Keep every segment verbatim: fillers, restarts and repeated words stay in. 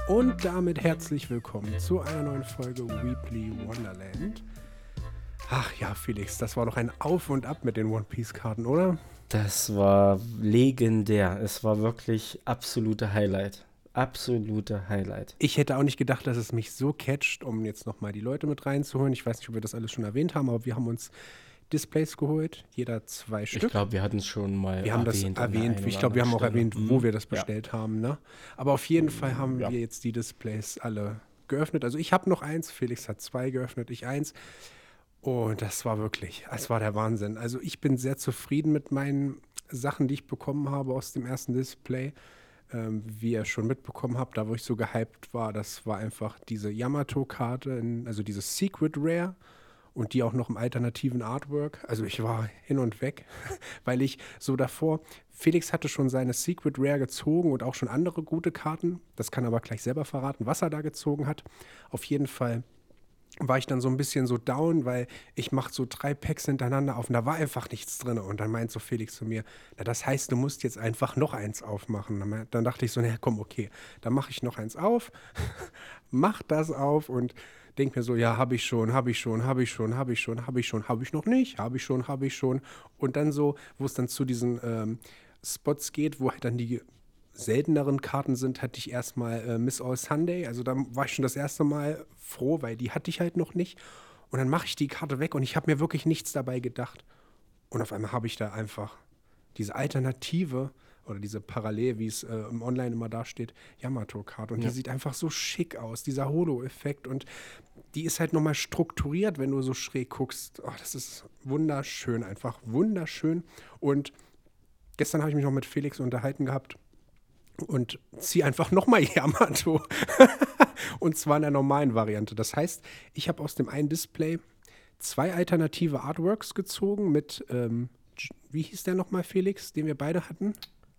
Und damit herzlich willkommen zu einer neuen Folge Weebly Wonderland. Ach ja, Felix, das war doch ein Auf und Ab mit den One-Piece-Karten, oder? Das war legendär. Es war wirklich absolute Highlight. Absolute Highlight. Ich hätte auch nicht gedacht, dass es mich so catcht, um jetzt nochmal die Leute mit reinzuholen. Ich weiß nicht, ob wir das alles schon erwähnt haben, aber wir haben uns Displays geholt, jeder zwei Stück. Ich glaube, wir hatten es schon mal wir haben das erwähnt. erwähnt. Ich glaube, wir haben auch Stelle. erwähnt, wo Mhm. wir das bestellt ja. haben. Ne? Aber auf jeden Fall haben ja. wir jetzt die Displays alle geöffnet. Also ich habe noch eins, Felix hat zwei geöffnet, ich eins. Und das war wirklich, es war der Wahnsinn. Also ich bin sehr zufrieden mit meinen Sachen, die ich bekommen habe aus dem ersten Display. Ähm, wie ihr schon mitbekommen habt, da wo ich so gehypt war, das war einfach diese Yamato-Karte, also diese Secret Rare. Und die auch noch im alternativen Artwork. Also ich war hin und weg, weil ich so davor, Felix hatte schon seine Secret Rare gezogen und auch schon andere gute Karten. Das kann er aber gleich selber verraten, was er da gezogen hat. Auf jeden Fall war ich dann so ein bisschen so down, weil ich mache so drei Packs hintereinander auf und da war einfach nichts drin. Und dann meint so Felix zu mir, na, das heißt, du musst jetzt einfach noch eins aufmachen. Dann, dann dachte ich so, na komm, okay, dann mache ich noch eins auf, mach das auf und denke mir so, ja, habe ich schon, habe ich schon, habe ich schon, habe ich schon, habe ich schon, habe ich noch nicht, habe ich schon, habe ich schon. Und dann so, wo es dann zu diesen ähm, Spots geht, wo halt dann die selteneren Karten sind, hatte ich erstmal äh, Miss All Sunday. Also da war ich schon das erste Mal froh, weil die hatte ich halt noch nicht. Und dann mache ich die Karte weg und ich habe mir wirklich nichts dabei gedacht. Und auf einmal habe ich da einfach diese Alternative oder diese Parallel, wie es äh, im Online immer dasteht, Yamato-Karte. Und ja. die sieht einfach so schick aus, dieser Holo-Effekt. Und die ist halt nochmal strukturiert, wenn du so schräg guckst. Oh, das ist wunderschön, einfach wunderschön. Und gestern habe ich mich noch mit Felix unterhalten gehabt und ziehe einfach nochmal Yamato. Und zwar in der normalen Variante. Das heißt, ich habe aus dem einen Display zwei alternative Artworks gezogen mit, ähm, wie hieß der nochmal, Felix, den wir beide hatten?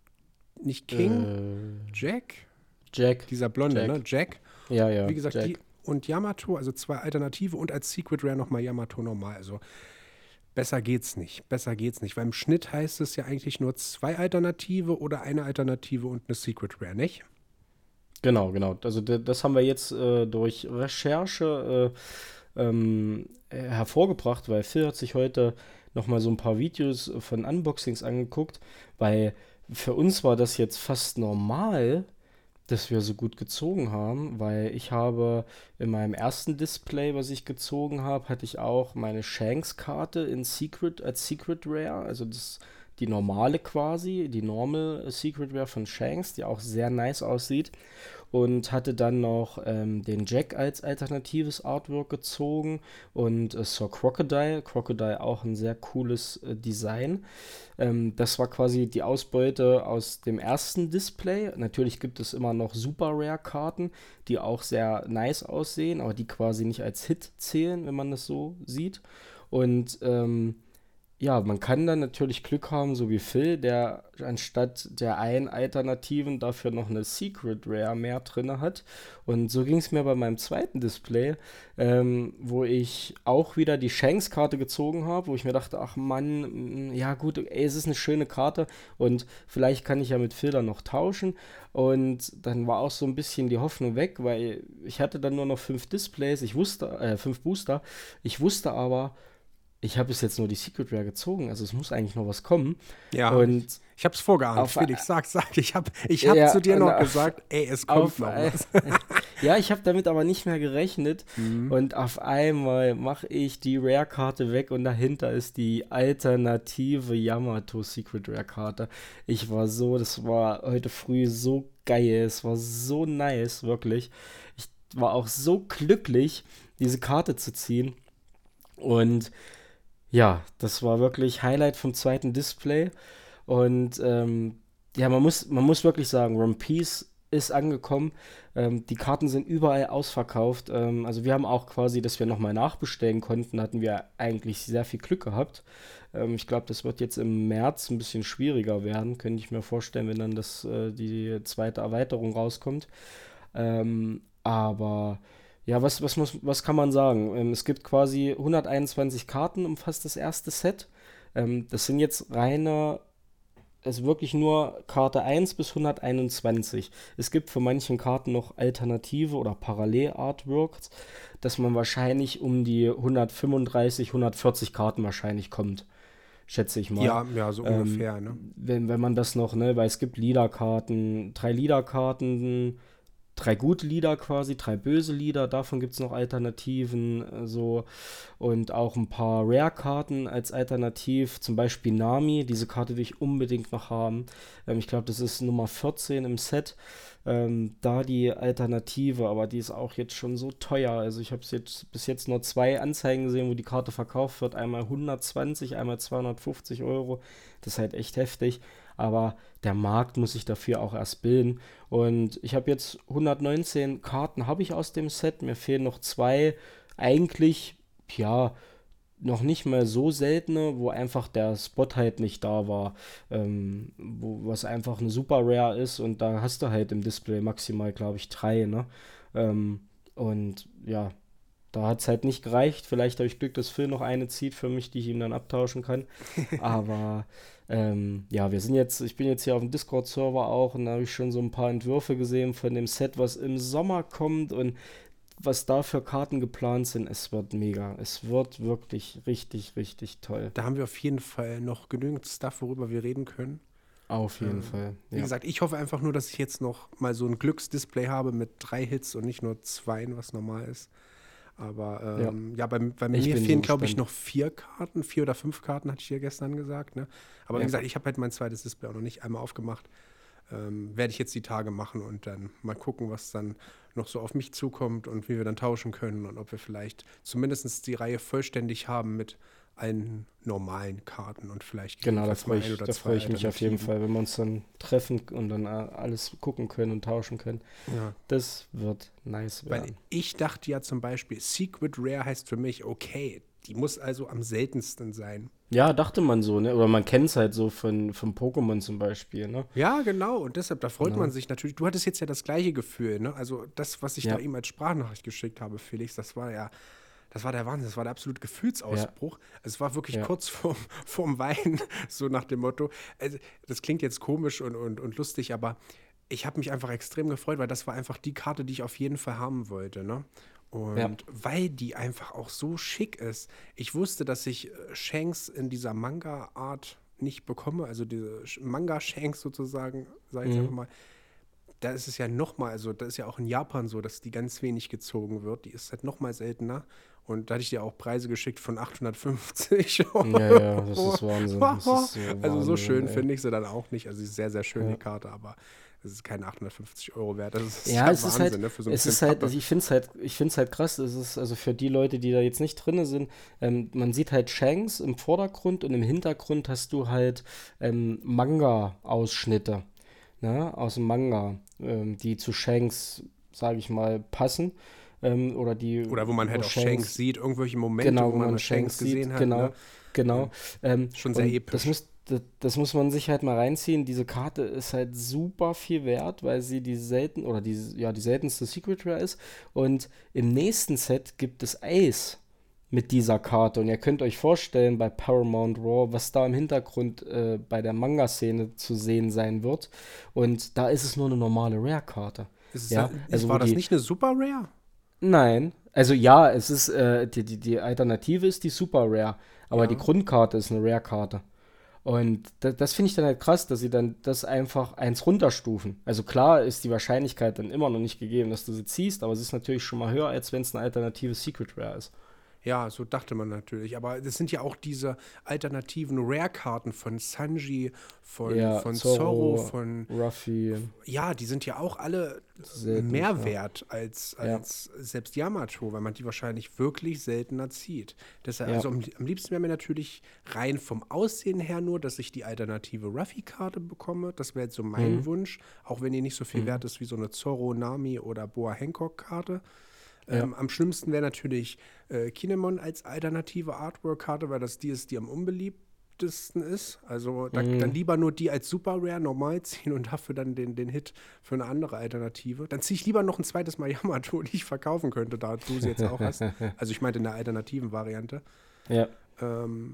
Nicht King, äh, Jack? Jack. Dieser Blonde, Jack. ne? Jack. Ja, ja. Wie gesagt, Jack. die und Yamato, also zwei Alternative und als Secret Rare nochmal Yamato normal. Also besser geht's nicht. Besser geht's nicht. Weil im Schnitt heißt es ja eigentlich nur zwei Alternative oder eine Alternative und eine Secret Rare, nicht? Genau, genau. Also das haben wir jetzt äh, durch Recherche äh, ähm, hervorgebracht, weil Phil hat sich heute nochmal so ein paar Videos von Unboxings angeguckt, weil für uns war das jetzt fast normal, dass wir so gut gezogen haben, weil ich habe in meinem ersten Display, was ich gezogen habe, hatte ich auch meine Shanks-Karte in Secret als Secret Rare, also das die normale quasi, die Normal Secret Rare von Shanks, die auch sehr nice aussieht. Und hatte dann noch ähm, den Jack als alternatives Artwork gezogen und äh, Sir Crocodile. Crocodile auch ein sehr cooles äh, Design. Ähm, das war quasi die Ausbeute aus dem ersten Display. Natürlich gibt es immer noch Super Rare Karten, die auch sehr nice aussehen, aber die quasi nicht als Hit zählen, wenn man das so sieht. Und ähm, ja, man kann dann natürlich Glück haben, so wie Phil, der anstatt der einen Alternativen dafür noch eine Secret Rare mehr drin hat. Und so ging es mir bei meinem zweiten Display, ähm, wo ich auch wieder die Shanks-Karte gezogen habe, wo ich mir dachte, ach Mann, ja gut, ey, es ist eine schöne Karte und vielleicht kann ich ja mit Phil dann noch tauschen. Und dann war auch so ein bisschen die Hoffnung weg, weil ich hatte dann nur noch fünf Displays, ich wusste, äh, fünf Booster, ich wusste aber, ich habe bis jetzt nur die Secret Rare gezogen, also es muss eigentlich noch was kommen. Ja, und ich, ich habe es vorgeahnt. Felix, sag, sag, ich habe ich hab ja, zu dir noch auf, gesagt, ey, es kommt noch ein, was. Ja, ich habe damit aber nicht mehr gerechnet mhm. und auf einmal mache ich die Rare-Karte weg und dahinter ist die alternative Yamato Secret Rare-Karte. Ich war so, das war heute früh so geil, es war so nice, wirklich. Ich war auch so glücklich, diese Karte zu ziehen und ja, das war wirklich Highlight vom zweiten Display. Und ähm, ja, man muss, man muss wirklich sagen, One Piece ist angekommen. Ähm, die Karten sind überall ausverkauft. Ähm, also wir haben auch quasi, dass wir nochmal nachbestellen konnten, hatten wir eigentlich sehr viel Glück gehabt. Ähm, ich glaube, das wird jetzt im März ein bisschen schwieriger werden, könnte ich mir vorstellen, wenn dann das, äh, die zweite Erweiterung rauskommt. Ähm, aber ja, was, was, muss, was kann man sagen? Ähm, es gibt quasi hunderteinundzwanzig Karten, umfasst das erste Set. Ähm, das sind jetzt reine also wirklich nur Karte eins bis hunderteinundzwanzig. Es gibt für manchen Karten noch Alternative oder Parallel-Artworks, dass man wahrscheinlich um die hundertfünfunddreißig, hundertvierzig Karten wahrscheinlich kommt, schätze ich mal. Ja, ja, so Ähm, ungefähr, ne? wenn, wenn man das noch, ne, weil es gibt Leader-Karten, drei Leader-Karten, drei gute Lieder quasi, drei böse Lieder, davon gibt es noch Alternativen, äh, so und auch ein paar Rare-Karten als Alternativ, zum Beispiel Nami, diese Karte will ich unbedingt noch haben. Ähm, ich glaube, das ist Nummer vierzehn im Set. Ähm, da die Alternative, aber die ist auch jetzt schon so teuer. Also ich habe jetzt bis jetzt nur zwei Anzeigen gesehen, wo die Karte verkauft wird. Einmal hundertzwanzig, einmal zweihundertfünfzig Euro. Das ist halt echt heftig. Aber der Markt muss sich dafür auch erst bilden. Und ich habe jetzt hundertneunzehn Karten habe ich aus dem Set. Mir fehlen noch zwei. Eigentlich, ja, noch nicht mal so seltene, wo einfach der Spot halt nicht da war, ähm, wo was einfach eine Super Rare ist und da hast du halt im Display maximal, glaube ich, drei, ne? Ähm, und ja, da hat es halt nicht gereicht. Vielleicht habe ich Glück, dass Phil noch eine zieht für mich, die ich ihm dann abtauschen kann. Aber ähm, ja, wir sind jetzt, ich bin jetzt hier auf dem Discord-Server auch und da habe ich schon so ein paar Entwürfe gesehen von dem Set, was im Sommer kommt und was da für Karten geplant sind. Es wird mega. Es wird wirklich richtig, richtig toll. Da haben wir auf jeden Fall noch genügend Stuff, worüber wir reden können. Auf jeden Ähm, Fall. Wie Ja. gesagt, ich hoffe einfach nur, dass ich jetzt noch mal so ein Glücksdisplay habe mit drei Hits und nicht nur zwei, was normal ist. Aber Ja. ähm, ja, bei, bei Ich mir bin fehlen, so glaube ich, gespannt. noch vier Karten, vier oder fünf Karten, hatte ich dir gestern gesagt. Ne? Aber wie Ja. gesagt, ich habe halt mein zweites Display auch noch nicht einmal aufgemacht. Ähm, werde ich jetzt die Tage machen und dann mal gucken, was dann noch so auf mich zukommt und wie wir dann tauschen können und ob wir vielleicht zumindest die Reihe vollständig haben mit allen normalen Karten und vielleicht Genau, da gegebenenfalls freue mal ein ich, oder da zwei freu ich mich auf jeden Alternativen. Fall, wenn wir uns dann treffen und dann äh, alles gucken können und tauschen können. Ja. Das wird nice Weil werden. ich dachte ja zum Beispiel, Secret Rare heißt für mich, okay, die muss also am seltensten sein. Ja, dachte man so, ne? Oder man kennt es halt so von, von Pokémon zum Beispiel, ne? Ja, genau. Und deshalb, da freut man Ne? sich natürlich. Du hattest jetzt ja das gleiche Gefühl, ne? Also das, was ich da Ja, ihm als Sprachnachricht geschickt habe, Felix, das war ja, das war der Wahnsinn. Das war der absolute ja, Gefühlsausbruch. Es war wirklich ja. kurz vorm, vorm Weinen, so nach dem Motto. Also, das klingt jetzt komisch und, und, und lustig, aber ich habe mich einfach extrem gefreut, weil das war einfach die Karte, die ich auf jeden Fall haben wollte, ne? Ja. Und weil die einfach auch so schick ist. Ich wusste, dass ich äh, Shanks in dieser Manga-Art nicht bekomme, also diese Sch- Manga-Shanks sozusagen, sag ich jetzt einfach Mhm. mal. Da ist es ja nochmal, also da ist ja auch in Japan so, dass die ganz wenig gezogen wird. Die ist halt nochmal seltener. Und da hatte ich dir auch Preise geschickt von achthundertfünfzig. Ja, ja, das ist Wahnsinn. Das ist so Also so Wahnsinn, schön ey. finde ich sie dann auch nicht. Also sie ist sehr, sehr schön, die Ja. Karte, aber es ist keine achthundertfünfzig Euro wert. Das ist Ja, ja es ist halt, Wahnsinn, ne, für so eine es ist halt, Zimpappe. also ich finde es halt, ich finde es halt krass, es ist also für die Leute, die da jetzt nicht drinne sind, ähm, man sieht halt Shanks im Vordergrund und im Hintergrund hast du halt ähm, Manga-Ausschnitte, ne, aus dem Manga, ähm, die zu Shanks, sage ich mal, passen, ähm, oder die, Oder wo man wo halt auch Shanks Shanks, sieht, irgendwelche Momente, genau, wo wo man man mal Shanks Shanks gesehen sieht, hat, ne? genau, genau. Ähm, Ähm, Schon sehr und das episch. muss, das, das muss man sich halt mal reinziehen. Diese Karte ist halt super viel wert, weil sie die selten oder die, ja, die seltenste Secret Rare ist. Und im nächsten Set gibt es Ace mit dieser Karte. Und ihr könnt euch vorstellen, bei Paramount Raw, was da im Hintergrund äh, bei der Manga-Szene zu sehen sein wird. Und da ist es nur eine normale Rare-Karte. Ist es, da- Ja, ist, also wo war das die, nicht eine Super Rare? nein, also ja, es ist, äh, die, die, die Alternative ist die Super Rare, aber die Ja. Grundkarte ist eine Rare-Karte. Und da, das finde ich dann halt krass, dass sie dann das einfach eins runterstufen. Also klar ist die Wahrscheinlichkeit dann immer noch nicht gegeben, dass du sie ziehst, aber es ist natürlich schon mal höher, als wenn es eine alternative Secret Rare ist. Ja, so dachte man natürlich. Aber es sind ja auch diese alternativen Rare-Karten von Sanji, von, Ja, von Zorro, Zorro, von. Ruffy, Ja, die sind ja auch alle selten, mehr ja. wert als, Ja, als selbst Yamato, weil man die wahrscheinlich wirklich seltener zieht. Deshalb, ja. also am, am liebsten wäre mir natürlich rein vom Aussehen her nur, dass ich die alternative Ruffy-Karte bekomme. Das wäre jetzt so mein Mhm. Wunsch, auch wenn die nicht so viel Mhm. wert ist wie so eine Zorro, Nami oder Boa Hancock-Karte. Ja. Ähm, am schlimmsten wäre natürlich äh, Kinemon als alternative Artwork-Karte, weil das die ist, die am unbeliebtesten ist. Also da, dann Mhm. lieber nur die als Super Rare normal ziehen und dafür dann den, den Hit für eine andere Alternative. Dann ziehe ich lieber noch ein zweites Mal Yamato, die ich verkaufen könnte, da du sie jetzt auch hast. Also ich meinte in der alternativen Variante. Ja. Ähm,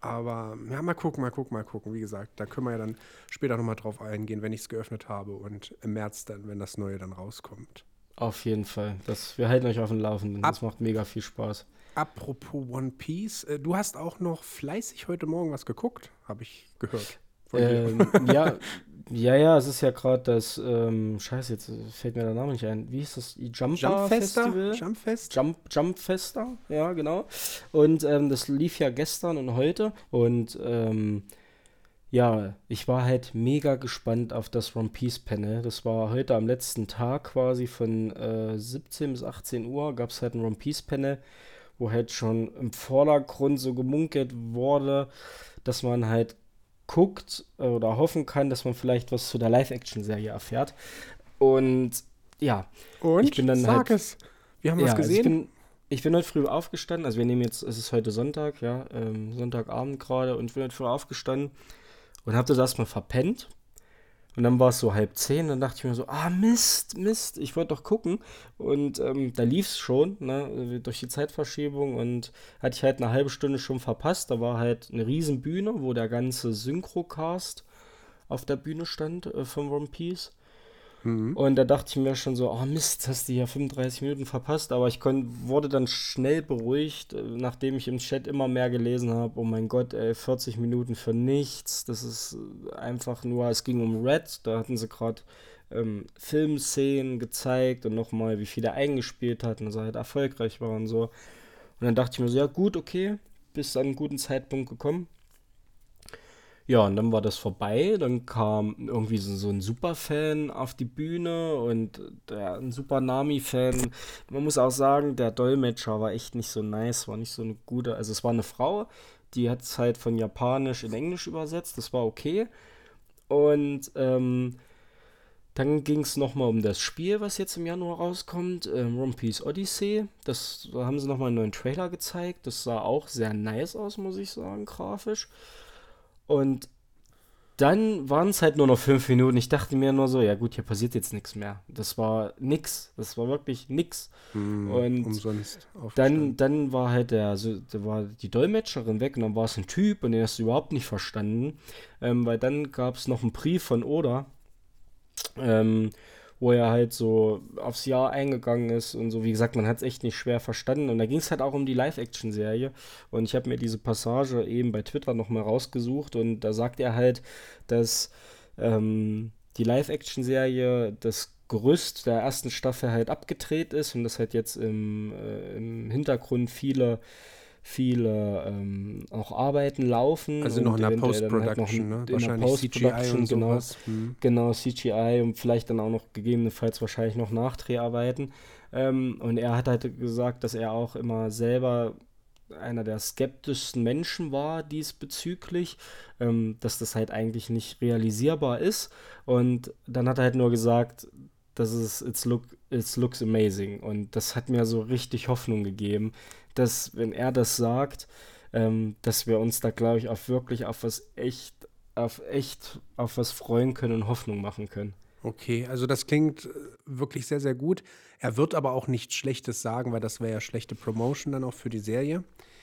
Aber ja, mal gucken, mal gucken, mal gucken. Wie gesagt, da können wir ja dann später nochmal drauf eingehen, wenn ich es geöffnet habe und im März dann, wenn das Neue dann rauskommt. Auf jeden Fall. Das, wir halten euch auf dem Laufenden. Ab, Das macht mega viel Spaß. apropos One Piece, äh, du hast auch noch fleißig heute Morgen was geguckt, habe ich gehört von Ähm, dir. ja, ja, ja, es ist ja gerade das, ähm, scheiße, jetzt fällt mir der Name nicht ein. Wie hieß das? Die Jumper Jumpfester? Festival? Jumpfest? Jump, Jumpfester, ja, genau. Und ähm, das lief ja gestern und heute. Und ähm, ja, ich war halt mega gespannt auf das One Piece Panel. Das war heute am letzten Tag quasi von äh, siebzehn bis achtzehn Uhr gab es halt ein One Piece Panel, wo halt schon im Vordergrund so gemunkelt wurde, dass man halt guckt äh, oder hoffen kann, dass man vielleicht was zu der Live-Action-Serie erfährt. Und ja, ich Und? bin dann Sag halt, es. Wir haben ja, was also ich gesehen. bin, ich bin heute früh aufgestanden, also wir nehmen jetzt, es ist heute Sonntag, ja, ähm, Sonntagabend gerade und ich bin heute früh aufgestanden und habe das erstmal verpennt. Und dann war es so halb zehn, dann dachte ich mir so, ah Mist, Mist, ich wollte doch gucken. Und ähm, da lief es schon, ne, durch die Zeitverschiebung und hatte ich halt eine halbe Stunde schon verpasst. Da war halt eine riesen Bühne, wo der ganze Synchrocast auf der Bühne stand äh, von One Piece. Mhm. Und da dachte ich mir schon so, oh Mist, hast du ja fünfunddreißig Minuten verpasst. Aber ich kon, wurde dann schnell beruhigt, äh, nachdem ich im Chat immer mehr gelesen habe, oh mein Gott, ey, vierzig Minuten für nichts. Das ist äh, einfach nur, es ging um Red, da hatten sie gerade ähm, Filmszenen gezeigt und nochmal, wie viel er eingespielt hat und dass er halt erfolgreich war und so. Und dann dachte ich mir so, ja gut, okay, bist an einen guten Zeitpunkt gekommen. Ja, und dann war das vorbei. Dann kam irgendwie so, so ein Superfan auf die Bühne und der, ein super Nami-Fan. Man muss auch sagen, der Dolmetscher war echt nicht so nice, war nicht so eine gute. Also, es war eine Frau, die hat es halt von Japanisch in Englisch übersetzt, das war okay. Und ähm, dann ging es nochmal um das Spiel, was jetzt im Januar rauskommt, ähm, One Piece Odyssey. Das, da haben sie nochmal einen neuen Trailer gezeigt. Das sah auch sehr nice aus, muss ich sagen, grafisch. Und dann waren es halt nur noch fünf Minuten. Ich dachte mir nur so, ja gut, hier passiert jetzt nichts mehr. Das war nix. Das war wirklich nix. Mhm. Und Umsonst dann, aufgestanden. dann war halt der, so, da war die Dolmetscherin weg und dann war es ein Typ und den hast du überhaupt nicht verstanden. Ähm, weil dann gab es noch einen Brief von Oda, ähm, wo er halt so aufs Jahr eingegangen ist und so. Wie gesagt, man hat es echt nicht schwer verstanden. Und da ging es halt auch um die Live-Action-Serie. Und ich habe mir diese Passage eben bei Twitter nochmal rausgesucht und da sagt er halt, dass ähm, die Live-Action-Serie das Gerüst der ersten Staffel halt abgedreht ist und dass halt jetzt im, äh, im Hintergrund viele viele ähm, auch Arbeiten laufen Also noch in und der eventuell dann halt noch Post-Production, in, ne? in der Wahrscheinlich C G I und Post-Production, genau, sowas. Mhm. genau, C G I und vielleicht dann auch noch gegebenenfalls wahrscheinlich noch Nachdreharbeiten. Ähm, und er hat halt gesagt, dass er auch immer selber einer der skeptischsten Menschen war diesbezüglich, ähm, dass das halt eigentlich nicht realisierbar ist. Und dann hat er halt nur gesagt, dass es it's look, it looks amazing. Und das hat mir so richtig Hoffnung gegeben, dass, wenn er das sagt, ähm, dass wir uns da, glaube ich, auf wirklich auf was echt, auf echt, auf was freuen können und Hoffnung machen können. Okay, also das klingt äh, wirklich sehr, sehr gut. Er wird aber auch nichts Schlechtes sagen, weil das wäre ja schlechte Promotion dann auch für die Serie.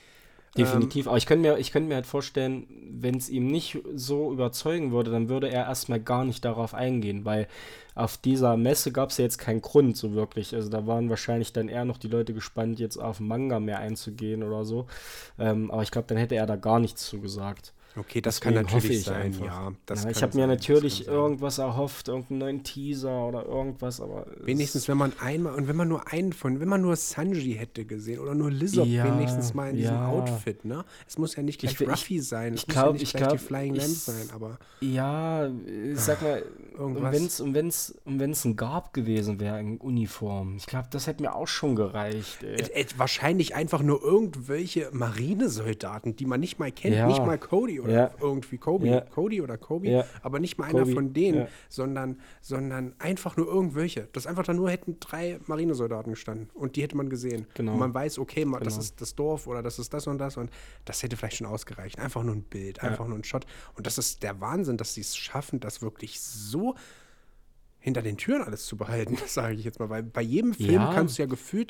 Ähm, Definitiv, aber ich könnte mir, ich könnte mir halt vorstellen, wenn es ihm nicht so überzeugen würde, dann würde er erstmal gar nicht darauf eingehen, weil auf dieser Messe gab es ja jetzt keinen Grund so wirklich. Also da waren wahrscheinlich dann eher noch die Leute gespannt, jetzt auf Manga mehr einzugehen oder so. Ähm, aber ich glaube, dann hätte er da gar nichts zu gesagt. okay, das kann Deswegen hoffe natürlich ich sein, einfach. ja. Das Ja, ich kann habe mir sein, das kann natürlich sein. irgendwas erhofft, irgendeinen neuen Teaser oder irgendwas, aber Wenigstens, es, wenn man einmal, und wenn man nur einen von, wenn man nur Sanji hätte gesehen oder nur Lizard wenigstens ja, mal in diesem ja. Outfit, ne? Es muss ja nicht Ich, gleich will- ich, Ruffy sein, es ich muss ja glaube, nicht ich gleich die glaube, Flying ich, Lens sein, aber ja, ich sag mal, um irgendwas. wenn's, um wenn's, um wenn's ein Garb gewesen wäre in Uniform. Ich glaube, das hätte mir auch schon gereicht, ey. Äh, äh, wahrscheinlich einfach nur irgendwelche Marinesoldaten, die man nicht mal kennt, nicht Ja, mal Cody oder ja, irgendwie Kobe, ja, Cody oder Kobe, ja, aber nicht mal einer Kobe, von denen, ja, sondern, sondern einfach nur irgendwelche. Das einfach da nur hätten drei Marinesoldaten gestanden und die hätte man gesehen. Und genau, man weiß, okay, ma- das genau. ist das Dorf oder das ist das und das und das hätte vielleicht schon ausgereicht. Einfach nur ein Bild, Ja, einfach nur ein Shot. Und das ist der Wahnsinn, dass sie es schaffen, das wirklich so hinter den Türen alles zu behalten, sage ich jetzt mal. Weil bei jedem Film ja, kannst du ja gefühlt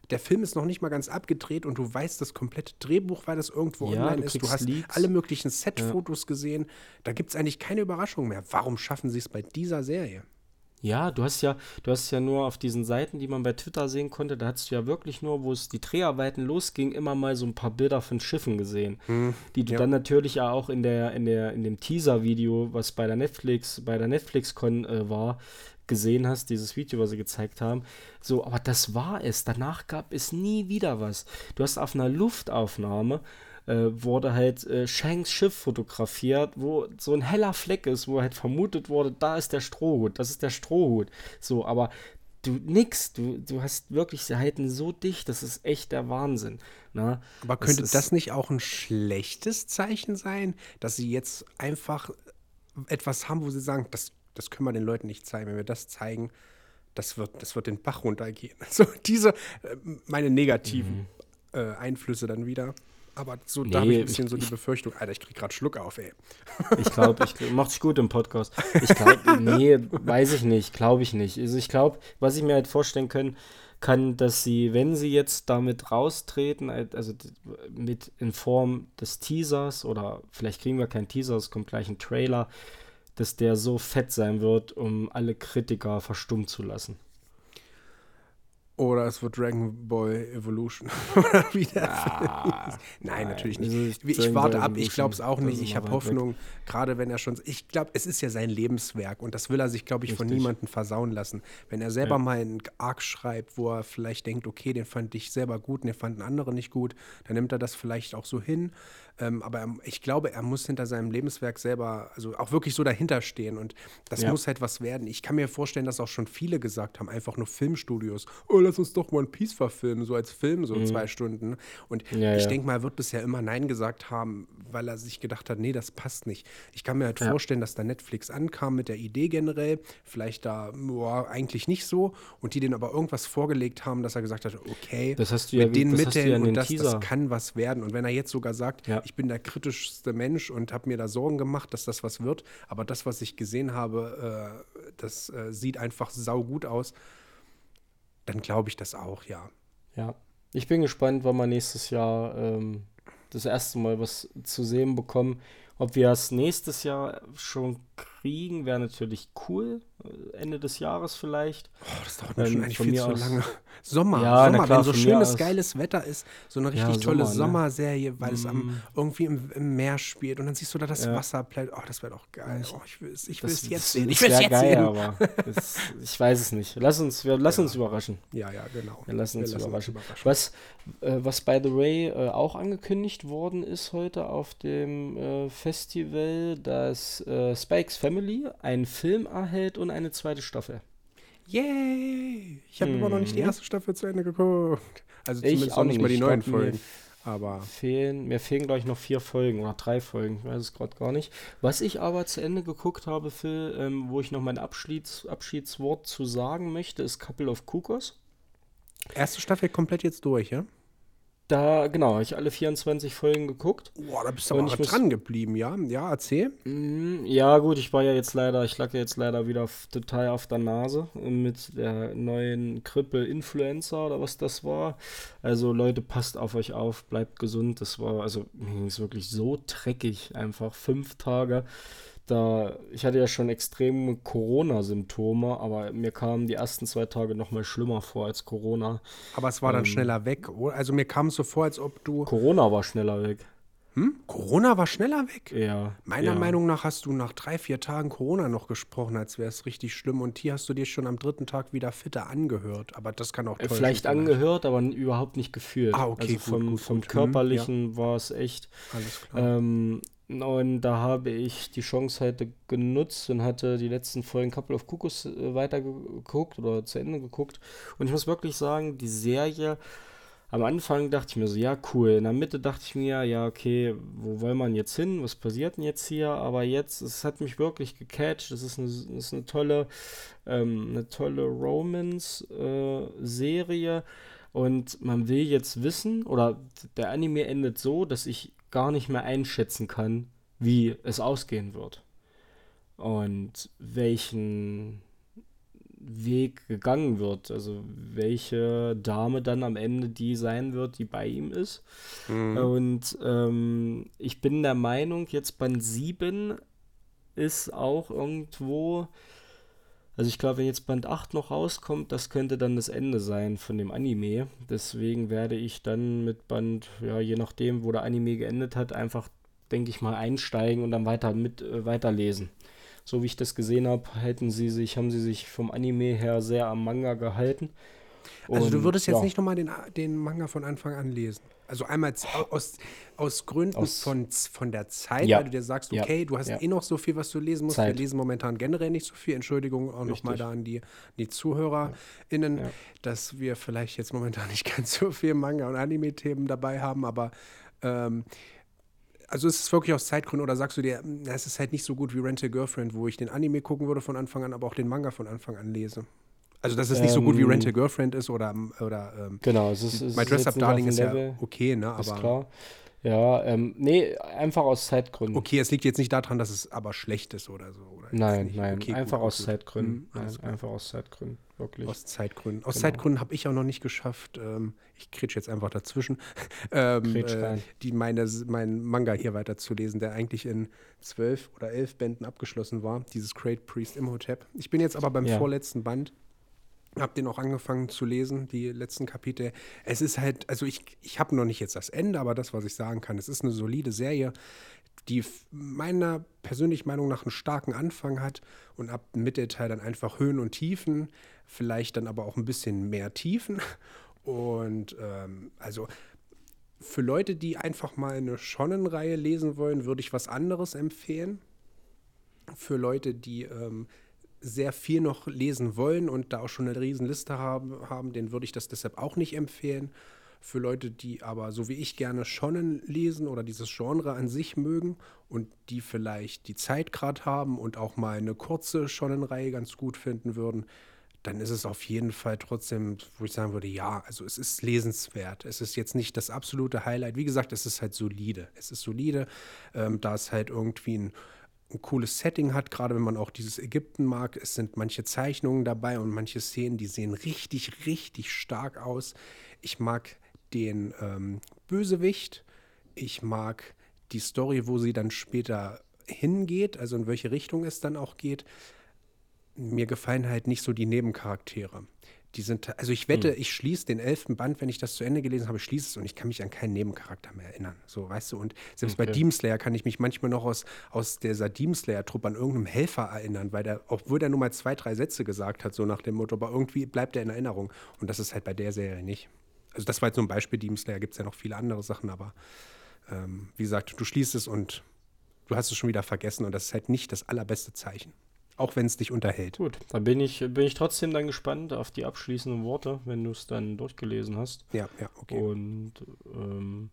der Film ist noch nicht mal ganz abgedreht und du weißt das komplette Drehbuch, weil das irgendwo Ja, online du ist. Du kriegst hast Leaks. alle möglichen Ja. Set-Fotos gesehen. Da gibt es eigentlich keine Überraschung mehr. Warum schaffen sie es bei dieser Serie? Ja, du hast ja, du hast ja nur auf diesen Seiten, die man bei Twitter sehen konnte, da hattest du ja wirklich nur, wo es die Dreharbeiten losging, immer mal so ein paar Bilder von Schiffen gesehen, Hm, die du ja. dann natürlich ja auch in der, in der, in dem Teaser-Video, was bei der Netflix, bei der Netflix-Con äh, war, gesehen hast, dieses Video, was sie gezeigt haben. So, aber das war es. Danach gab es nie wieder was. Du hast auf einer Luftaufnahme äh, wurde halt äh, Shanks Schiff fotografiert, wo so ein heller Fleck ist, wo halt vermutet wurde, da ist der Strohhut, das ist der Strohhut. So, aber du nix, du, du hast wirklich Seiten so dicht, das ist echt der Wahnsinn. Na, Aber das könnte ist, das nicht auch ein schlechtes Zeichen sein, dass sie jetzt einfach etwas haben, wo sie sagen, das, das können wir den Leuten nicht zeigen. Wenn wir das zeigen, das wird, das wird den Bach runtergehen. So diese, äh, meine negativen äh, Einflüsse dann wieder. Aber so, da habe ich nee, ein bisschen ich, so die ich, Befürchtung, Alter, ich krieg gerade Schluck auf, ey. ich glaube, ich macht sich gut im Podcast. Ich glaube, nee, weiß ich nicht, glaube ich nicht. Also ich glaube, was ich mir halt vorstellen können, kann, dass sie, wenn sie jetzt damit raustreten, halt, also d- mit in Form des Teasers oder vielleicht kriegen wir keinen Teaser, es kommt gleich ein Trailer, dass der so fett sein wird, um alle Kritiker verstummen zu lassen. Oder es wird Dragon Ball Evolution. Oder wie der Film Ah, hieß. Nein, natürlich nicht. also ich, Wie- Ich Dragon Ball warte ab, ich glaube Evolution, es auch das nicht. ist Ich noch habe weit weg. Hoffnung, gerade wenn er schon. Ich glaube, es ist ja sein Lebenswerk und das will er sich, glaube ich, von Richtig. niemandem versauen lassen. Wenn er selber Ja. mal einen Arc schreibt, wo er vielleicht denkt, okay, den fand ich selber gut und den fanden andere nicht gut, dann nimmt er das vielleicht auch so hin. Ähm, aber er, ich glaube, er muss hinter seinem Lebenswerk selber, also auch wirklich so dahinter stehen und das Ja. muss halt was werden. Ich kann mir vorstellen, dass auch schon viele gesagt haben, einfach nur Filmstudios, oh, lass uns doch One Piece verfilmen, so als Film, so zwei Stunden. Und Mhm. Ja, ich ja. denke mal, er wird bisher immer Nein gesagt haben, weil er sich gedacht hat, nee, das passt nicht. Ich kann mir halt Ja. vorstellen, dass da Netflix ankam mit der Idee generell, vielleicht da, boah, eigentlich nicht so und die denen aber irgendwas vorgelegt haben, dass er gesagt hat, okay, Das hast du ja, mit den das hast du ja Mitteln in und den das, das Teaser. kann was werden. Und wenn er jetzt sogar sagt, Ja. ich bin der kritischste Mensch und habe mir da Sorgen gemacht, dass das was wird, aber das, was ich gesehen habe, äh, das äh, sieht einfach saugut aus, dann glaube ich das auch, ja. Ja, ich bin gespannt, wann wir nächstes Jahr ähm, das erste Mal was zu sehen bekommen. Ob wir es nächstes Jahr schon kriegen, wäre natürlich cool. Äh, Ende des Jahres vielleicht. Oh, das dauert mir schon Ähm, eigentlich von viel mir zu aus. lange. Sommer, Ja, na Sommer, klar, wenn so von mir schönes, aus. geiles Wetter ist, so eine Ja, richtig tolle Sommer, ne? Sommerserie, weil es am, Mm, irgendwie im, im Meer spielt und dann siehst du da das ja, Wasser plätt. Oh, das wäre doch geil. ich, Oh, ich will es ich will das, es jetzt das, sehen. Ich das will es wäre jetzt geil, sehen. aber es, ich weiß es nicht. Lass uns, wir, lass uns Ja, überraschen. ja, ja, genau. Wir lassen Wir uns lassen uns überraschen. überraschen. Was, äh, was by the way äh, auch angekündigt worden ist heute auf dem äh, Festival, dass äh, Spikes Family einen Film erhält und eine zweite Staffel. Yay! Ich habe immer noch nicht die Mhm. erste Staffel zu Ende geguckt. Also Ich zumindest auch noch nicht mal die nicht. Ich neuen glaube, mir Folgen. Aber fehlen, mir fehlen, glaube ich, noch vier Folgen oder drei Folgen. Ich weiß es gerade gar nicht. Was ich aber zu Ende geguckt habe, Phil, ähm, wo ich noch mein Abschieds, Abschiedswort zu sagen möchte, ist Couple of Cuckoos. erste Staffel komplett jetzt durch, ja? Da, genau, habe ich alle vierundzwanzig Folgen geguckt. Boah, da bist du Und aber ich muss dran geblieben, ja? Ja, erzähl. Mm, Ja, gut, ich war ja jetzt leider, ich lag ja jetzt leider wieder f- total auf der Nase mit der neuen Grippe Influenza oder was das war. Also Leute, passt auf euch auf, bleibt gesund. Das war, also mir ging es wirklich so dreckig, einfach fünf Tage. Da, ich hatte ja schon extreme Corona-Symptome, aber mir kamen die ersten zwei Tage noch mal schlimmer vor als Corona. Aber es war dann Ähm, schneller weg, oder? Also mir kam es so vor, als ob du. Corona war schneller weg. Hm? Corona war schneller weg? Ja, Meiner ja. Meinung nach hast du nach drei, vier Tagen Corona noch gesprochen, als wäre es richtig schlimm. Und hier hast du dir schon am dritten Tag wieder fitter angehört. Aber das kann auch Äh, täuschen Vielleicht vielleicht. angehört, aber n- überhaupt nicht gefühlt. Ah, okay, Also gut, vom, gut, vom gut. Hm, ja, Körperlichen war es echt. alles klar. Ähm, und da habe ich die Chance heute genutzt und hatte die letzten Folgen Couple of Cuckoos äh, weitergeguckt oder zu Ende geguckt. Und ich muss wirklich sagen, die Serie, am Anfang dachte ich mir so, ja, cool. In der Mitte dachte ich mir, ja, okay, wo will man jetzt hin? Was passiert denn jetzt hier? Aber jetzt, es hat mich wirklich gecatcht. Es ist eine, es ist eine tolle, ähm, eine tolle Romance-Serie. Und man will jetzt wissen, oder der Anime endet so, dass ich gar nicht mehr einschätzen kann, wie es ausgehen wird. Und welchen Weg gegangen wird. Also welche Dame dann am Ende die sein wird, die bei ihm ist. Mhm. Und ähm, ich bin der Meinung, jetzt Band sieben ist auch irgendwo, also ich glaube, wenn jetzt Band acht noch rauskommt, das könnte dann das Ende sein von dem Anime. Deswegen werde ich dann mit Band, ja, je nachdem, wo der Anime geendet hat, einfach, denke ich mal, einsteigen und dann weiter mit äh, weiterlesen. So wie ich das gesehen habe, halten sie sich, haben sie sich vom Anime her sehr am Manga gehalten. Also du Und würdest jetzt ja, nicht nochmal den, den Manga von Anfang an lesen. Also einmal z- aus, aus Gründen aus von, z- von der Zeit, ja, weil du dir sagst, ja, okay, du hast ja, eh noch so viel, was du lesen musst. Wir Zeit, lesen momentan generell nicht so viel. Entschuldigung auch nochmal richtig. da an die, die Ja, ZuhörerInnen, ja. dass wir vielleicht jetzt momentan nicht ganz so viel Manga- und Anime-Themen dabei haben, aber ähm, also ist es wirklich aus Zeitgründen oder sagst du dir, na, es ist halt nicht so gut wie Rent a Girlfriend, wo ich den Anime gucken würde von Anfang an, aber auch den Manga von Anfang an lese? Also, dass es nicht so gut wie Rent a Ähm, Girlfriend ist oder, oder ähm, genau, es ist, es My ist Dress jetzt Up nicht auf Darling dem ist ja Level, okay, ne? ist Aber klar. Ja, ähm, nee, einfach aus Zeitgründen. okay, es liegt jetzt nicht daran, dass es aber schlecht ist oder so. Oder jetzt Nein, nicht. nein, Okay, einfach gut, gut, aus gut. Zeitgründen. Hm, Nein, alles klar. einfach aus Zeitgründen, wirklich. Aus Zeitgründen. Aus Genau. Zeitgründen habe ich auch noch nicht geschafft. Ähm, ich kretsch jetzt einfach dazwischen, ähm, Kretsch äh, rein. die meine, meinen Manga hier weiterzulesen, der eigentlich in zwölf oder elf Bänden abgeschlossen war. Dieses Great Priest Imhotep. Ich bin jetzt aber beim Ja, vorletzten Band. Hab den auch angefangen zu lesen, die letzten Kapitel. Es ist halt, also ich, ich habe noch nicht jetzt das Ende, aber das, was ich sagen kann, es ist eine solide Serie, die f- meiner persönlichen Meinung nach einen starken Anfang hat und ab dem Mittelteil dann einfach Höhen und Tiefen, vielleicht dann aber auch ein bisschen mehr Tiefen. Und ähm, also für Leute, die einfach mal eine Shonen-Reihe lesen wollen, würde ich was anderes empfehlen. Für Leute, die ähm, sehr viel noch lesen wollen und da auch schon eine Riesenliste haben, haben, denen würde ich das deshalb auch nicht empfehlen. Für Leute, die aber so wie ich gerne Shonen lesen oder dieses Genre an sich mögen und die vielleicht die Zeit gerade haben und auch mal eine kurze Shonen-Reihe ganz gut finden würden, dann ist es auf jeden Fall trotzdem, wo ich sagen würde, ja, also es ist lesenswert. Es ist jetzt nicht das absolute Highlight. Wie gesagt, es ist halt solide. Es ist solide, ähm, da es halt irgendwie ein ein cooles Setting hat, gerade wenn man auch dieses Ägypten mag. Es sind manche Zeichnungen dabei und manche Szenen, die sehen richtig, richtig stark aus. Ich mag den ähm, Bösewicht. Ich mag die Story, wo sie dann später hingeht, also in welche Richtung es dann auch geht. Mir gefallen halt nicht so die Nebencharaktere. Die sind, also ich wette, hm, ich schließe den elften Band, wenn ich das zu Ende gelesen habe, schließe es und ich kann mich an keinen Nebencharakter mehr erinnern. So, weißt du, und selbst bei okay. Demon Slayer kann ich mich manchmal noch aus, aus dieser Demon Slayer-Truppe an irgendeinem Helfer erinnern, weil der, obwohl der nur mal zwei, drei Sätze gesagt hat, so nach dem Motto, aber irgendwie bleibt er in Erinnerung. Und das ist halt bei der Serie nicht. Also das war jetzt nur ein Beispiel, Demon Slayer gibt es ja noch viele andere Sachen, aber ähm, wie gesagt, du schließt es und du hast es schon wieder vergessen und das ist halt nicht das allerbeste Zeichen. Auch wenn es dich unterhält. Gut, dann bin ich, bin ich trotzdem dann gespannt auf die abschließenden Worte, wenn du es dann durchgelesen hast. Ja, ja, okay. Und ähm,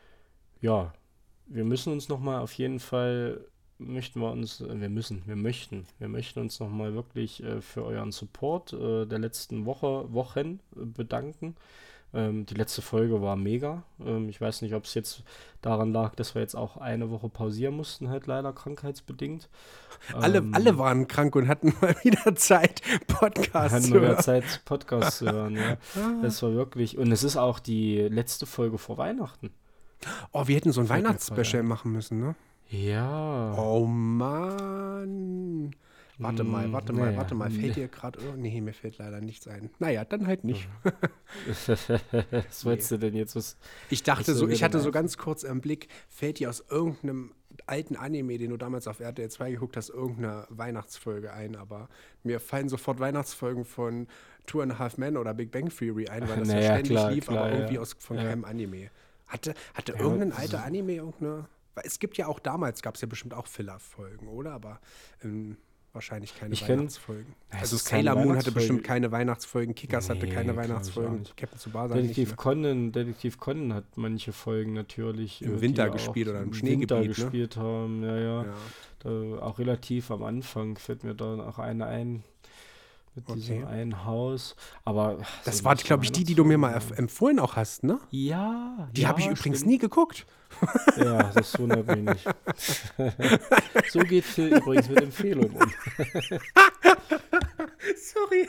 ja, wir müssen uns nochmal auf jeden Fall, möchten wir uns, äh, wir müssen, wir möchten, wir möchten uns nochmal wirklich äh, für euren Support äh, der letzten Woche, Wochen äh, bedanken. Ähm, die letzte Folge war mega. Ähm, ich weiß nicht, ob es jetzt daran lag, dass wir jetzt auch eine Woche pausieren mussten, halt leider krankheitsbedingt. Alle, alle Ähm, waren krank und hatten mal wieder Zeit, Wir Podcasts hatten zu mal wieder hören. Zeit, Podcast zu hören, ja. Das war wirklich, und es ist auch die letzte Folge vor Weihnachten. Oh, wir hätten so ein Fällt mir gerade Weihnachtsspecial ein. machen müssen, ne? Ja. Oh Mann. Warte mal, Hm, warte mal, naja. warte mal. Nee. Fällt dir gerade. Oh, nee, mir fällt leider nichts ein. Naja, dann halt nicht. Was Nee. wolltest du denn jetzt? Was, Ich was dachte soll so, mir ich denn hatte so einfallen? ganz kurz im Blick, fällt dir aus irgendeinem alten Anime, den du damals auf R T L zwei geguckt hast, irgendeine Weihnachtsfolge ein, aber mir fallen sofort Weihnachtsfolgen von Two and a Half Men oder Big Bang Theory ein, weil das ja Naja, ständig klar, lief, aber klar, irgendwie ja. aus, von Ja, keinem Anime. Hatte, hatte ja, irgendein so- alter Anime irgendeine. Weil es gibt ja auch damals, gab es ja bestimmt auch Filler-Folgen, oder? Aber ähm, wahrscheinlich keine ich kenne, Weihnachtsfolgen. es Also ist keine Sailor Moon hatte bestimmt Weihnachtsfolge. keine Weihnachtsfolgen, Kickers hatte keine Nee, glaube ich auch Weihnachtsfolgen, nicht. Captain Tsubasa nicht, Detektiv ne? Conan, Detektiv Conan hat manche Folgen natürlich, Im äh, Winter die auch gespielt oder im im Winter Schneegebiet, ne? gespielt haben. Ja, ja. Ja, Da, auch relativ am Anfang fällt mir da auch eine ein mit diesem okay. einen Haus. Aber ach, so, Das war, so glaube ich, die, die du mir mal Weihnachtsfolgen. erf- empfohlen auch hast, ne? Ja, Die habe ich ja, übrigens stimmt. nie geguckt. Ja, das wundert mich nicht. So geht Phil übrigens mit Empfehlungen um. Sorry.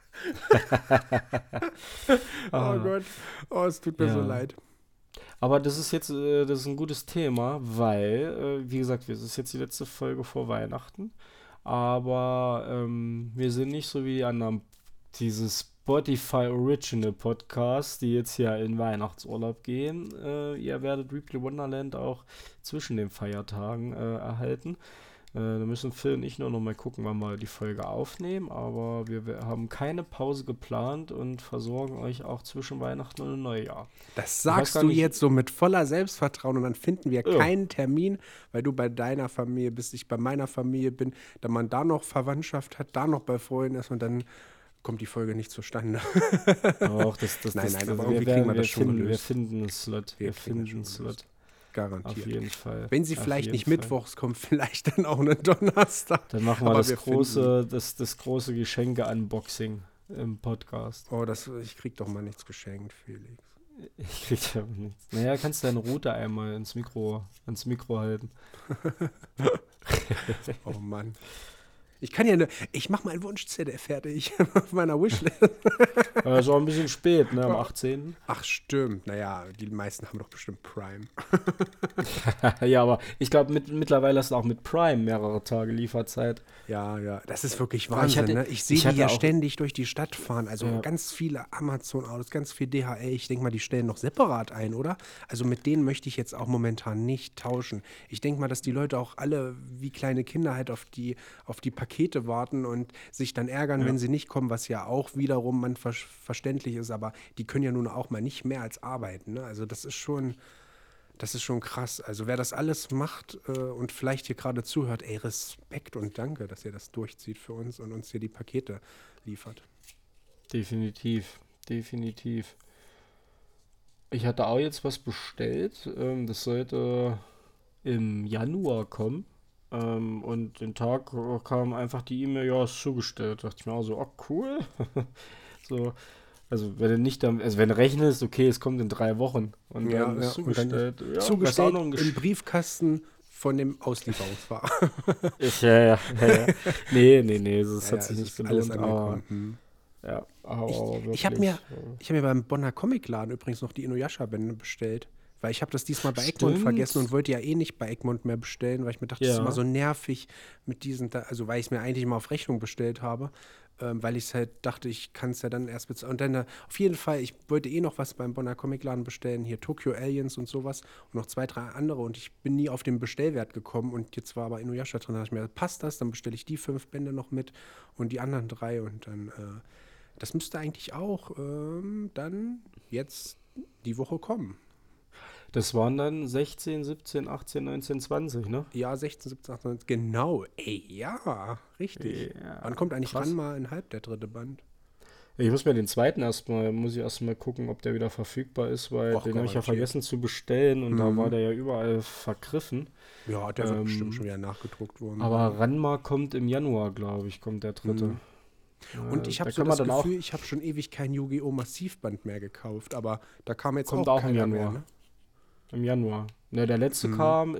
Oh Ah, Gott. Oh, es tut mir so ja. leid. Aber das ist jetzt, äh, das ist ein gutes Thema, weil, äh, wie gesagt, es ist jetzt die letzte Folge vor Weihnachten. Aber ähm, wir sind nicht so wie die anderen, diese Spotify Original Podcasts, die jetzt hier in Weihnachtsurlaub gehen. Äh, ihr werdet Weekly Wonderland auch zwischen den Feiertagen äh, erhalten. Äh, da müssen Phil und ich nur noch mal gucken, wann wir die Folge aufnehmen. Aber wir, wir haben keine Pause geplant und versorgen euch auch zwischen Weihnachten und Neujahr. Das Ich weiß sagst gar du nicht. jetzt so mit voller Selbstvertrauen und dann finden wir Ja, keinen Termin, weil du bei deiner Familie bist, ich bei meiner Familie bin, da man da noch Verwandtschaft hat, da noch bei Freunden ist und dann kommt die Folge nicht zustande. doch, das, das, Nein, das, nein, das, aber wir irgendwie kriegen werden, wir wir das schon finden, wir gelöst. finden einen Slot. Wir Wir kriegen das finden einen schon Slot. gelöst. Auf Garantiert. jeden Fall. Wenn sie Auf vielleicht jeden nicht Fall. mittwochs kommt, vielleicht dann auch einen Donnerstag. Dann machen wir Aber das wir finden. große, das, das große Geschenke-Unboxing im Podcast. Oh, das, ich krieg doch mal nichts geschenkt, Felix. Ich krieg ja nichts. Naja, kannst deine Route einmal ins Mikro, ins Mikro halten. Oh Mann. Ich kann ja ne, ich mach meinen Wunsch-C D fertig auf meiner Wishlist. Aber ist auch ein bisschen spät, ne, am achtzehnten Ach stimmt, naja, die meisten haben doch bestimmt Prime. Ja, aber ich glaube, mit, mittlerweile hast du auch mit Prime mehrere Tage Lieferzeit. Ja, ja, das ist wirklich Aber ich Wahnsinn, hatte, ne? Ich sehe ich die hatte ja auch, ständig durch die Stadt fahren. Also ja, ganz viele Amazon-Autos, ganz viel D H L. Ich denke mal, die stellen noch separat ein, oder? Also mit denen möchte ich jetzt auch momentan nicht tauschen. Ich denke mal, dass die Leute auch alle wie kleine Kinder halt auf die, auf die Pakete warten und sich dann ärgern, ja, wenn sie nicht kommen, was ja auch wiederum man ver verständlich ist, aber die können ja nun auch mal nicht mehr als arbeiten, ne? Also das ist schon, das ist schon krass. Also wer das alles macht äh, und vielleicht hier gerade zuhört, ey, Respekt und danke, dass ihr das durchzieht für uns und uns hier die Pakete liefert. definitiv, definitiv. Ich hatte auch jetzt was bestellt. Ähm, das sollte im Januar kommen. Ähm, und den Tag äh, kam einfach die E-Mail, ja, ist zugestellt. Dachte ich mir auch so, oh cool. So, also wenn du nicht damit, also wenn du rechnest, okay, es kommt in drei Wochen und Ja, dann ja, ist und dann zugestellt. Ja, was auch zugestellt noch ein im Gesch Briefkasten von dem Auslieferungsfahrer. ist, ja, ja, ja, ja. Nee, nee, nee, das Ja, hat ja, sich es nicht ist alles gelohnt, aber angekommen. Hm. ja, aber, Ich, aber ich habe mir, wirklich. äh, ich hab mir beim Bonner Comicladen übrigens noch die Inuyasha-Bände bestellt. Weil ich habe das diesmal bei Egmont vergessen und Stimmt. wollte ja eh nicht bei Egmont mehr bestellen, weil ich mir dachte, das ist immer Ja. so nervig mit diesen, da- also weil ich es mir eigentlich immer auf Rechnung bestellt habe, ähm, weil ich es halt dachte, ich kann es ja dann erst bezahlen. Und dann äh, auf jeden Fall, ich wollte eh noch was beim Bonner Comicladen bestellen, hier Tokyo Aliens und sowas und noch zwei, drei andere und ich bin nie auf den Bestellwert gekommen und jetzt war aber Inuyasha drin, da dachte ich mir, passt das, dann bestelle ich die fünf Bände noch mit und die anderen drei und dann, äh, das müsste eigentlich auch ähm, dann jetzt die Woche kommen. Das waren dann sechzehn, siebzehn, achtzehn, neunzehn, zwanzig, ne? Ja, sechzehn, siebzehn, achtzehn, neunzehn, genau. Ey, ja, richtig. Wann Ja, kommt eigentlich krass. Ranma in Halb, der dritte Band? Ich muss mir den zweiten erstmal, muss ich erstmal gucken, ob der wieder verfügbar ist, weil Och, den habe ich ja garantiert. vergessen zu bestellen und da war Mhm. der ja überall vergriffen. Ja, der wird bestimmt schon Ähm, wieder nachgedruckt worden aber sein. Ranma kommt im Januar, glaube ich, kommt der dritte. Mhm. Und Äh, ich habe da so kann man das dann auch, Gefühl, ich habe schon ewig kein Yu-Gi-Oh! Massivband mehr gekauft, aber da kam jetzt kommt auch auch im keiner mehr, Januar. ne? Im Januar. Ne, der letzte Mhm. kam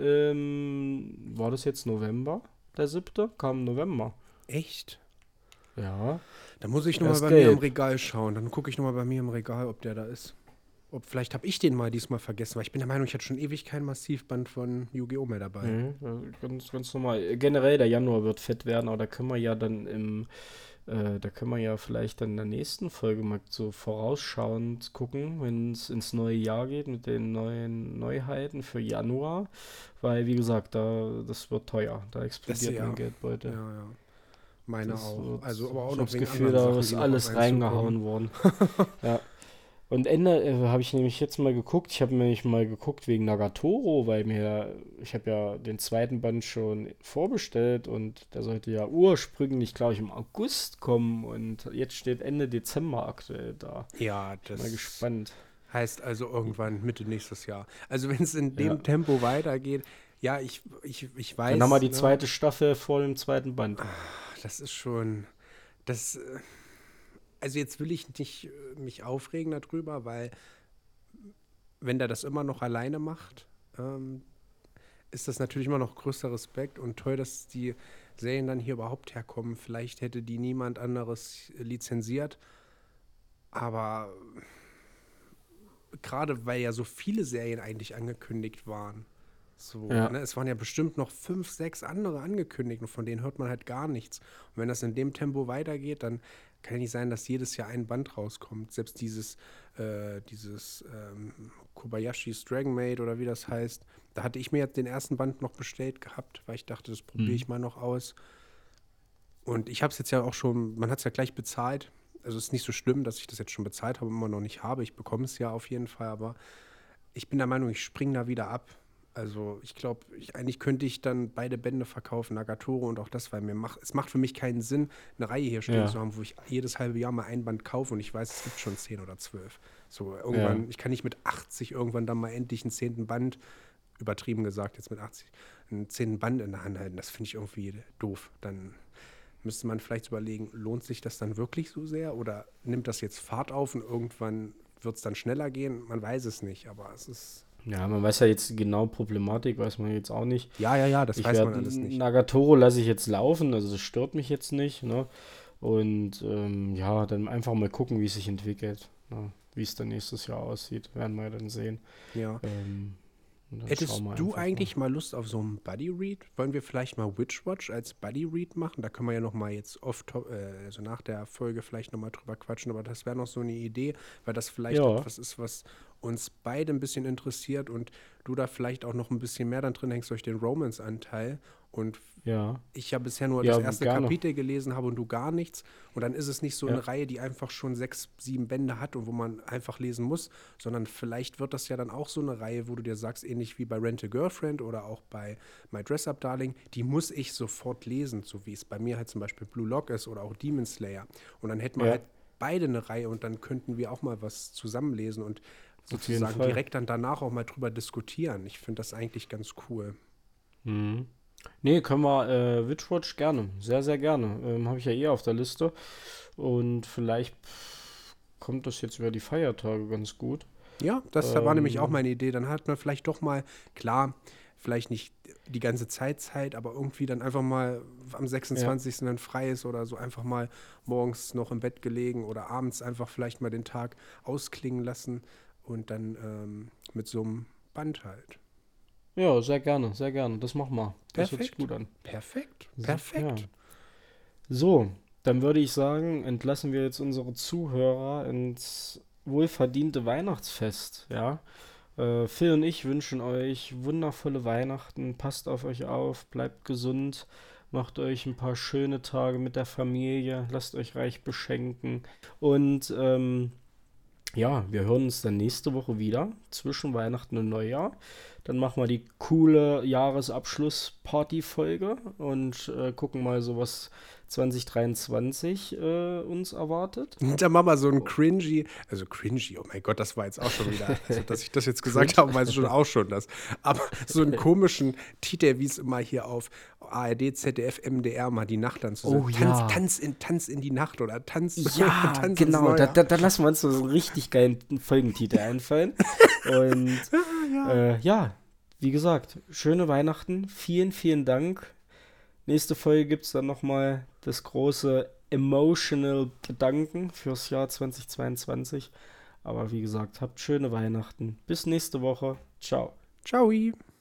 im, war das jetzt November? Der siebte? Kam im November. Echt? Ja, Da muss ich er nochmal ist bei mir im gelb. Regal schauen. Dann gucke ich nochmal bei mir im Regal, ob der da ist. Ob vielleicht habe ich den mal diesmal vergessen, weil ich bin der Meinung, ich hatte schon ewig kein Massivband von Yu-Gi-Oh! Mehr dabei. Mhm, äh, ganz, ganz normal. Generell, der Januar wird fett werden, aber da können wir ja dann im, äh, da können wir ja vielleicht dann in der nächsten Folge mal so vorausschauend gucken, wenn es ins neue Jahr geht mit den neuen Neuheiten für Januar. Weil, wie gesagt, da, das wird teuer. Da Das explodiert mein ja, Geldbeutel. ja, ja. Meine Das auch. wird, Also, aber auch ich habe noch das wegen Gefühl, anderen da Sachen, ist die noch auf alles einen zukommen. reingehauen worden. Ja. Und Ende äh, habe ich nämlich jetzt mal geguckt. Ich habe nämlich mal geguckt wegen Nagatoro, weil mir, ich habe ja den zweiten Band schon vorbestellt und der sollte ja ursprünglich, glaube ich, im August kommen und jetzt steht Ende Dezember aktuell da. Ja, Ich bin mal das gespannt. heißt also irgendwann Mitte nächstes Jahr. Also, wenn es in Ja. dem Tempo weitergeht, ja, ich, ich, ich Dann haben wir weiß, die ne, zweite Staffel vor dem zweiten Band. das ist schon, das, äh, also jetzt will ich nicht äh, mich aufregen darüber, weil wenn der das immer noch alleine macht, ähm, ist das natürlich immer noch größter Respekt und toll, dass die Serien dann hier überhaupt herkommen. Vielleicht hätte die niemand anderes lizenziert. Aber gerade weil ja so viele Serien eigentlich angekündigt waren. So, Ja. ne? Es waren ja bestimmt noch fünf, sechs andere angekündigt und von denen hört man halt gar nichts. Und wenn das in dem Tempo weitergeht, dann kann ja nicht sein, dass jedes Jahr ein Band rauskommt. Selbst dieses, äh, dieses ähm, Kobayashi's Dragon Maid oder wie das heißt, da hatte ich mir jetzt den ersten Band noch bestellt gehabt, weil ich dachte, das probiere ich Mhm. mal noch aus. Und ich habe es jetzt ja auch schon, man hat es ja gleich bezahlt. Also es ist nicht so schlimm, dass ich das jetzt schon bezahlt habe und immer noch nicht habe. Ich bekomme es ja auf jeden Fall, aber ich bin der Meinung, ich springe da wieder ab. Also ich glaube, ich, eigentlich könnte ich dann beide Bände verkaufen, Nagatoro und auch das, weil mir macht, es macht für mich keinen Sinn, eine Reihe hier stehen Ja. zu haben, wo ich jedes halbe Jahr mal ein Band kaufe und ich weiß, es gibt schon zehn oder zwölf. So Ja. irgendwann, ich kann nicht mit achtzig irgendwann dann mal endlich einen zehnten Band, übertrieben gesagt, jetzt mit achtzig, einen zehnten Band in der Hand halten. Das finde ich irgendwie doof. Dann müsste man vielleicht überlegen, lohnt sich das dann wirklich so sehr oder nimmt das jetzt Fahrt auf und irgendwann wird es dann schneller gehen? Man weiß es nicht, aber es ist. Ja, man weiß ja jetzt genau Problematik, weiß man jetzt auch nicht. Ja, ja, ja, das Ich weiß man werde alles nicht. Nagatoro lasse ich jetzt laufen, also das stört mich jetzt nicht, ne? Und ähm, ja, dann einfach mal gucken, wie es sich entwickelt, ne? Wie es dann nächstes Jahr aussieht, werden wir dann sehen. Ja. Ähm, und dann Hättest schauen wir du einfach eigentlich mal Lust auf so einen Buddy-Read? Wollen wir vielleicht mal Witchwatch als Buddy-Read machen? Da können wir ja noch mal jetzt oft, äh, also nach der Folge vielleicht noch mal drüber quatschen, aber das wäre noch so eine Idee, weil das vielleicht Ja, etwas ist, was uns beide ein bisschen interessiert und du da vielleicht auch noch ein bisschen mehr dann drin hängst durch den Romance-Anteil und ja, ich ja bisher nur ja, das erste gerne. Kapitel gelesen habe und du gar nichts. Und dann ist es nicht so Ja, eine Reihe, die einfach schon sechs, sieben Bände hat und wo man einfach lesen muss, sondern vielleicht wird das ja dann auch so eine Reihe, wo du dir sagst, ähnlich wie bei Rent a Girlfriend oder auch bei My Dress Up Darling, die muss ich sofort lesen, so wie es bei mir halt zum Beispiel Blue Lock ist oder auch Demon Slayer. Und dann hätten wir ja, halt beide eine Reihe und dann könnten wir auch mal was zusammenlesen und auf jeden sozusagen Fall. direkt dann danach auch mal drüber diskutieren. Ich finde das eigentlich ganz cool. Mhm. Nee, können wir äh, Witchwatch gerne, sehr, sehr gerne. Ähm, habe ich ja eh auf der Liste. Und vielleicht pff, kommt das jetzt über die Feiertage ganz gut. Ja, das war nämlich auch Ähm, meine Idee. Dann hat man vielleicht doch mal, klar, vielleicht nicht die ganze Zeit Zeit, aber irgendwie dann einfach mal am ja, sechsundzwanzigsten dann frei ist oder so einfach mal morgens noch im Bett gelegen oder abends einfach vielleicht mal den Tag ausklingen lassen und dann ähm, mit so einem Band halt. ja, sehr gerne, sehr gerne. Das machen wir. Das hört sich Perfekt, gut an. perfekt, So, ja. perfekt. So, dann würde ich sagen, entlassen wir jetzt unsere Zuhörer ins wohlverdiente Weihnachtsfest, ja. Äh, Phil und ich wünschen euch wundervolle Weihnachten. Passt auf euch auf, bleibt gesund, macht euch ein paar schöne Tage mit der Familie, lasst euch reich beschenken. Und ähm, ja, wir hören uns dann nächste Woche wieder zwischen Weihnachten und Neujahr. Dann machen wir die coole Jahresabschluss-Party-Folge und äh, gucken mal so, was zwanzig dreiundzwanzig äh, uns erwartet. Und dann machen wir so ein cringy, also cringy, oh mein Gott, das war jetzt auch schon wieder, also dass ich das jetzt gesagt Cringe. habe, weiß ich schon auch schon das. Aber so einen komischen Titel, wie es immer hier auf A R D, Z D F, M D R mal die Nacht dann zu sehen. Oh Tanz, ja. Tanz in, Tanz in die Nacht oder Tanz, Ja, Tanz ins genau. Da, Neujahr. da, da lassen wir uns so einen richtig geilen Folgentitel einfallen. Und äh, ja, wie gesagt, schöne Weihnachten. Vielen, vielen Dank. Nächste Folge gibt es dann nochmal das große Emotional Gedanken fürs Jahr zwanzig zweiundzwanzig. Aber wie gesagt, habt schöne Weihnachten. Bis nächste Woche. Ciao. Ciao.